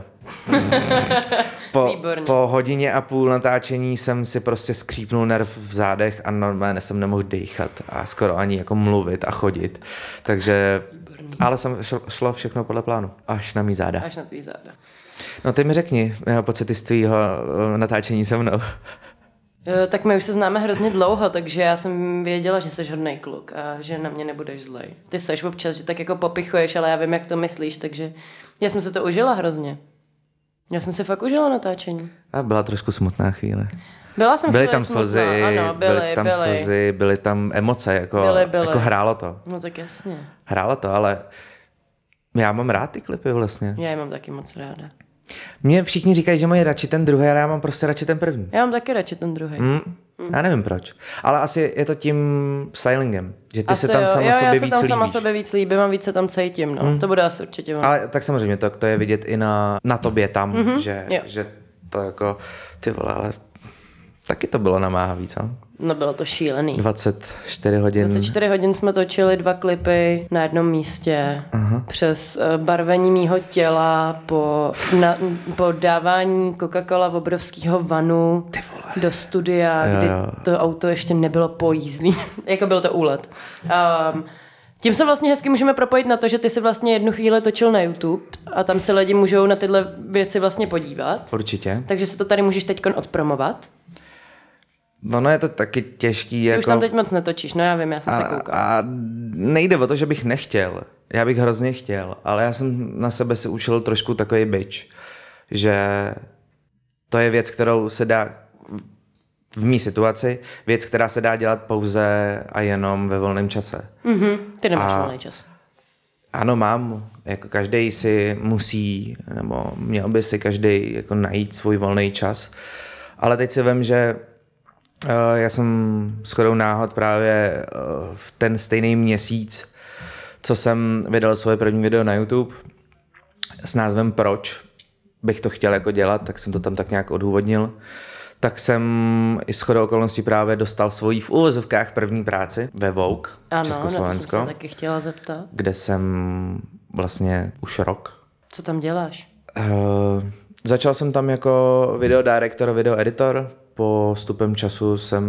po, po hodině a půl natáčení jsem si prostě skřípnul nerv v zádech a normálně jsem nemohl dýchat a skoro ani jako mluvit a chodit. Takže, Výborný. Ale jsem šlo, šlo všechno podle plánu. Až na mý záda. Až na tvý záda. No ty mi řekni pocity z tvýho natáčení se mnou. Jo, tak my už se známe hrozně dlouho, takže já jsem věděla, že jsi hodnej kluk a že na mě nebudeš zlej. Ty seš občas, že tak jako popichuješ, ale já vím, jak to myslíš, takže já jsem se to užila hrozně. Já jsem si fakt užila natáčení. A byla trošku smutná chvíle. Byla jsem byly tam slzy, ano, byly, byly tam byly. slzy, byly tam emoce, jako, byly, byly. jako hrálo to. No tak jasně. Hrálo to, ale já mám rád ty klipy vlastně. Já je mám taky moc ráda. Mně všichni říkají, že mají radši ten druhý, ale já mám prostě radši ten první. Já mám taky radši ten druhý. Mm, mm. Já nevím proč. Ale asi je to tím stylingem, že ty asi se tam jo. sama jo, sobě já víc se tam líbíš. sama sobě víc líbím a víc se tam cítím, no. Mm. To bude asi určitě vám. Ale tak samozřejmě, to, to je vidět i na, na tobě tam, mm-hmm. že, že to jako, ty vole, ale taky to bylo namáhavý, co? No bylo to šílený. dvacet čtyři hodin. dvacet čtyři hodin jsme točili dva klipy na jednom místě. Aha. Přes barvení mýho těla, po, na, po dávání Coca-Cola v obrovského vanu do studia, jo, kdy jo. to auto ještě nebylo pojízdný. Jako byl to úlet. Um, Tím se vlastně hezky můžeme propojit na to, že ty si vlastně jednu chvíli točil na YouTube a tam se lidi můžou na tyhle věci vlastně podívat. Určitě. Takže se to tady můžeš teďkon odpromovat. Ono je to taky těžký. Ty jako... už tam teď moc netočíš, no já vím, já jsem a, se koukal. A nejde o to, že bych nechtěl. Já bych hrozně chtěl, ale já jsem na sebe si učil trošku takový bitch, že to je věc, kterou se dá v mý situaci, věc, která se dá dělat pouze a jenom ve volném čase. Mm-hmm. Ty nemáš a... volný čas. Ano, mám. Jako každý si musí, nebo měl by si každý jako najít svůj volný čas. Ale teď si vem, že uh, já jsem shodou náhod právě uh, v ten stejný měsíc, co jsem vydal svoje první video na YouTube s názvem Proč bych to chtěl jako dělat, tak jsem to tam tak nějak odůvodnil. Tak jsem i shodou okolností právě dostal svoji v uvozovkách první práci ve Vogue ano, Československo. Ano, na to jsem se taky chtěla zeptat. Kde jsem vlastně už rok. Co tam děláš? Uh, začal jsem tam jako video director, video editor. Postupem času jsem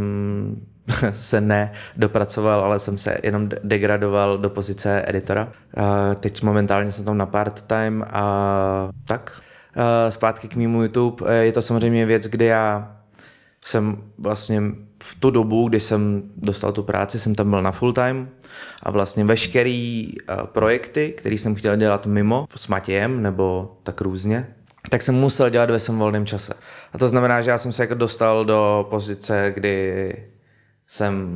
se nedopracoval, ale jsem se jenom degradoval do pozice editora. Uh, teď momentálně jsem tam na part-time a tak. Uh, zpátky k mému YouTube. Uh, je to samozřejmě věc, kdy já jsem vlastně v tu dobu, kdy jsem dostal tu práci, jsem tam byl na full time a vlastně veškerý uh, projekty, které jsem chtěl dělat mimo s Matějem nebo tak různě, tak jsem musel dělat ve svém volném čase. A to znamená, že já jsem se jako dostal do pozice, kdy jsem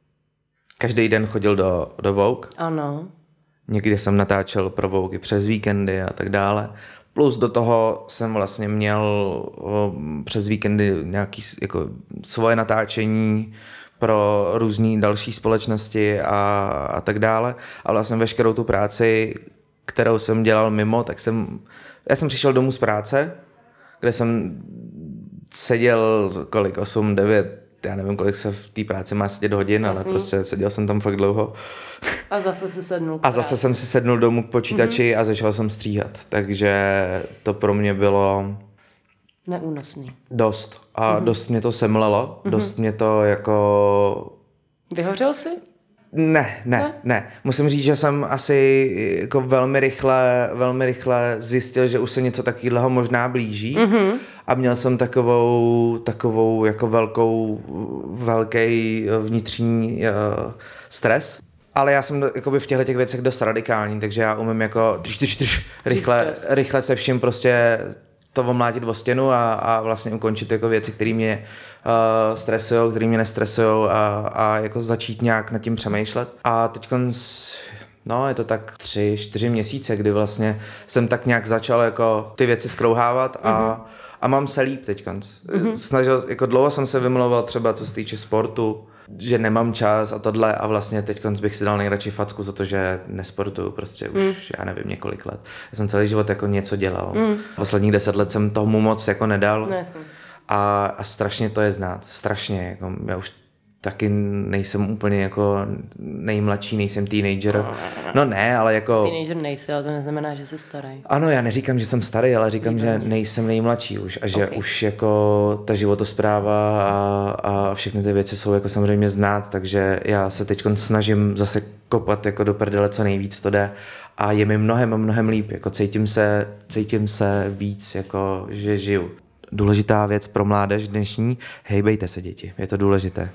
každý den chodil do, do Vogue. Ano. Někdy jsem natáčel pro Vogue přes víkendy a tak dále. Plus do toho jsem vlastně měl o, přes víkendy nějaké jako svoje natáčení pro různé další společnosti a, a tak dále. A vlastně veškerou tu práci, kterou jsem dělal mimo, tak jsem, já jsem přišel domů z práce, kde jsem seděl kolik, osm, devět, já nevím, kolik se v té práci má sedět hodin, Jasný. ale prostě seděl jsem tam fakt dlouho. A zase si sednul. A zase jsem si sednul domů k počítači mm-hmm. a začal jsem stříhat. Takže to pro mě bylo... neúnosný. Dost. A mm-hmm. dost mě to semlelo. Mm-hmm. Dost mě to jako... Vyhořel jsi? Ne, ne, ne, ne. Musím říct, že jsem asi jako velmi rychle, velmi rychle zjistil, že už se něco takového možná blíží. Mm-hmm. A měl jsem takovou, takovou jako velkou, velký vnitřní uh, stres. Ale já jsem jakoby v těchto těch věcech dost radikální, takže já umím jako trš, trš, trš, rychle, rychle se vším prostě to omlátit o stěnu a, a vlastně ukončit jako věci, které mě uh, stresujou, které mě nestresujou a, a jako začít nějak nad tím přemýšlet. A teď no, je to tak tři, čtyři měsíce, kdy vlastně jsem tak nějak začal jako ty věci skrouhávat a, mm-hmm. a mám se líp teď. Mm-hmm. Snažil, jako dlouho jsem se vymlouval třeba co se týče sportu, že nemám čas a tohle a vlastně teď bych si dal nejradši facku za to, že nesportuju prostě už, mm. já nevím, několik let. Já jsem celý život jako něco dělal. Mm. Posledních deset let jsem tomu moc jako nedal no, a, a strašně to je znát. Strašně. Jako já už taky nejsem úplně jako nejmladší, nejsem teenager. No ne, ale jako... Teenager nejsi, ale to neznamená, že jsi starý. Ano, já neříkám, že jsem starý, ale říkám, Výborně. že nejsem nejmladší už a že okay. už jako ta životospráva a, a všechny ty věci jsou jako samozřejmě znát, takže já se teď snažím zase kopat jako do prdele, co nejvíc to jde a je mi mnohem, mnohem líp, jako cítím se, cítím se víc, jako že žiju. Důležitá věc pro mládež dnešní, hejbejte se děti, je to důležité.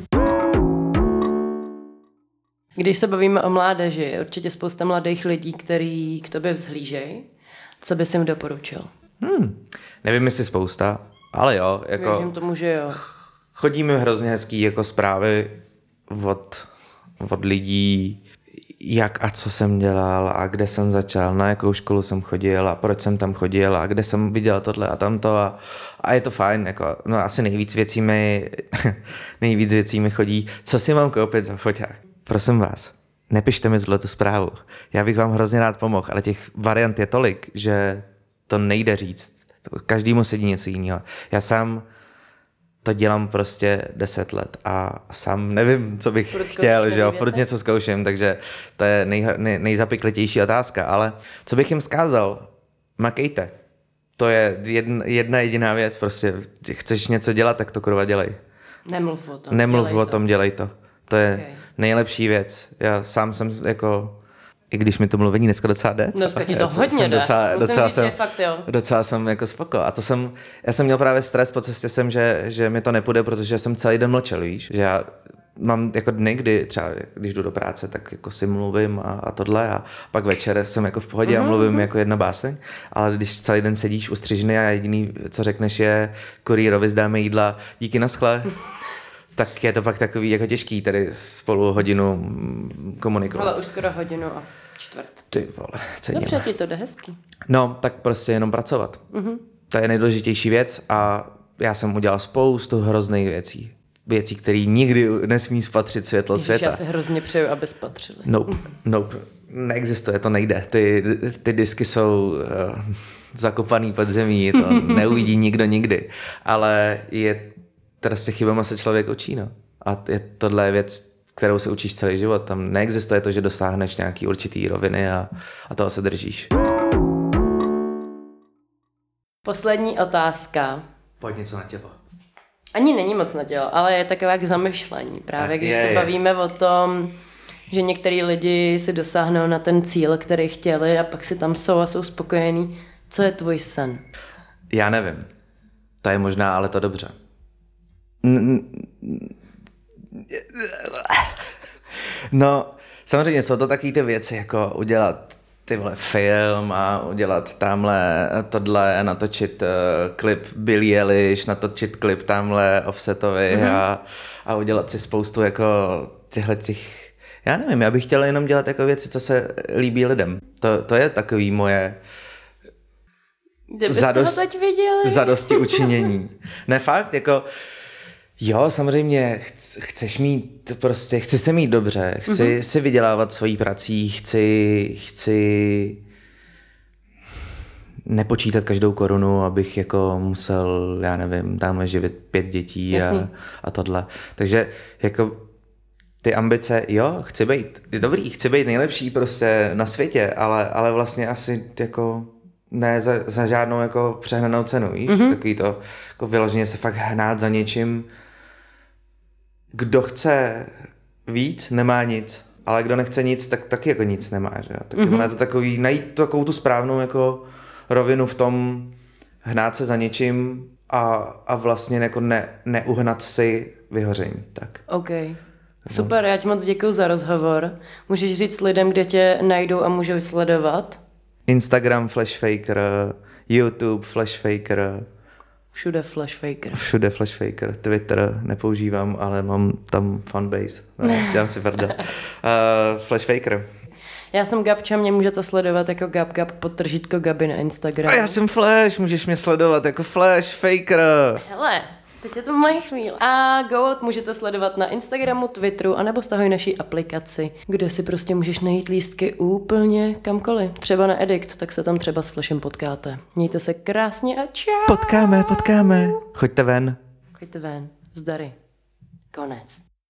Když se bavíme o mládeži, je určitě spousta mladých lidí, který k tobě vzhlížejí. Co bys jim doporučil? Hmm, nevím, jestli spousta, ale jo. Jako Věřím tomu, že jo. Chodí mi hrozně hezký jako zprávy od, od lidí, jak a co jsem dělal a kde jsem začal, na jakou školu jsem chodil a proč jsem tam chodil a kde jsem viděl tohle a tamto a, a je to fajn, jako, no asi nejvíc věcí mi, nejvíc věcí mi chodí, co si mám koupit za foťák. Prosím vás, nepište mi tuhletu zprávu, já bych vám hrozně rád pomohl, ale těch variant je tolik, že to nejde říct, každému sedí něco jiného. Já sám to dělám prostě deset let a sám nevím, co bych furt chtěl, že jo, furt něco zkouším, takže to je nej, nej, nejzapeklitější otázka, ale co bych jim vzkázal? Makejte. To je jedna, jedna jediná věc, prostě chceš něco dělat, tak to kurva dělej. Nemluv o tom. Nemluv o to. tom, dělej to. To je okay. nejlepší věc. Já sám jsem jako... I když mi to mluvení dneska docela jde. Dneska ti to hodně jde. Docela, Musím docela říct, jsem, fakt jo. Docela jsem jako spoko. A to jsem, já jsem měl právě stres po cestě jsem, že, že mi to nepůjde, protože jsem celý den mlčel, víš. Že já mám jako dny, kdy třeba, když jdu do práce, tak jako si mluvím a, a tohle a pak večer jsem jako v pohodě mm-hmm. a mluvím jako jedna báseň, ale když celý den sedíš ustřižný a jediný, co řekneš je kurýrovi zdáme jídla, díky naschle, tak je to pak takový jako těžký tady spolu hodinu komunikovat. Ale už skoro hodinu a čtvrt. Ty vole, cením. Dobře, ti to jde hezky. No, tak prostě jenom pracovat. Mm-hmm. To je nejdůležitější věc a já jsem udělal spoustu hrozných věcí. Věcí, které nikdy nesmí spatřit světlo Ježiš, světa. Já si hrozně přeju, aby spatřili. Nope, nope. Neexistuje, to nejde. Ty, ty disky jsou uh, zakopaný pod zemí, to neuvidí nikdo nikdy. Ale je teda s těch chybama se člověk učí, no. A je, tohle je věc, kterou se učíš celý život. Tam neexistuje to, že dosáhneš nějaký určitý roviny a, a toho se držíš. Poslední otázka. Pojď něco na tělo. Ani není moc na tělo, ale je takové k zamyšlení. Právě když je, se je. bavíme o tom, že některý lidi si dosáhnou na ten cíl, který chtěli a pak si tam jsou a jsou spokojení. Co je tvůj sen? Já nevím. To je možná, ale to dobře. No, samozřejmě jsou to taky ty věci, jako udělat ty vole film a udělat tamhle tohle, natočit uh, klip Billie Eilish, natočit klip tamhle Offsetovi mm-hmm. a, a udělat si spoustu jako těchto těch, já nevím, já bych chtěl jenom dělat jako věci, co se líbí lidem. To, to je takový moje zadost, zadosti učinění. Ne fakt, jako jo, samozřejmě chc, chceš mít prostě, chci se mít dobře, chci mm-hmm. si vydělávat svojí prací, chci, chci nepočítat každou korunu, abych jako musel, já nevím, tamhle živit pět dětí a, a tohle. Takže jako ty ambice, jo, chci být dobrý, chci být nejlepší prostě na světě, ale, ale vlastně asi jako ne za, za žádnou jako přehnanou cenu, víš? Mm-hmm. Takový to jako vyloženě se fakt hnát za něčím. Kdo chce víc, nemá nic, ale kdo nechce nic, tak taky jako nic nemá, že jo? Tak mm-hmm. je to takový, najít takovou tu správnou jako rovinu v tom hnát se za něčím a, a vlastně jako ne, neuhnat si vyhoření, tak. OK. Super, já ti moc děkuji za rozhovor. Můžeš říct lidem, kde tě najdou a můžou sledovat? Instagram Flashfaker, YouTube Flashfaker. Všude Flashfaker. Všude Flashfaker. Twitter nepoužívám, ale mám tam fanbase. No, dělám si vrda. Uh, Flashfaker. Já jsem Gabča, mě můžete sledovat jako GabGab podtržítko Gabi na Instagramu. A já jsem Flash, můžeš mě sledovat jako Flashfaker. Hele, teď je to moje chvíle. A Goat můžete sledovat na Instagramu, Twitteru, anebo stahuj naší aplikaci, kde si prostě můžeš najít lístky úplně kamkoliv. Třeba na Edict, tak se tam třeba s Flashem potkáte. Mějte se krásně a čau. Potkáme, potkáme. Choďte ven. Choďte ven. Zdary. Konec.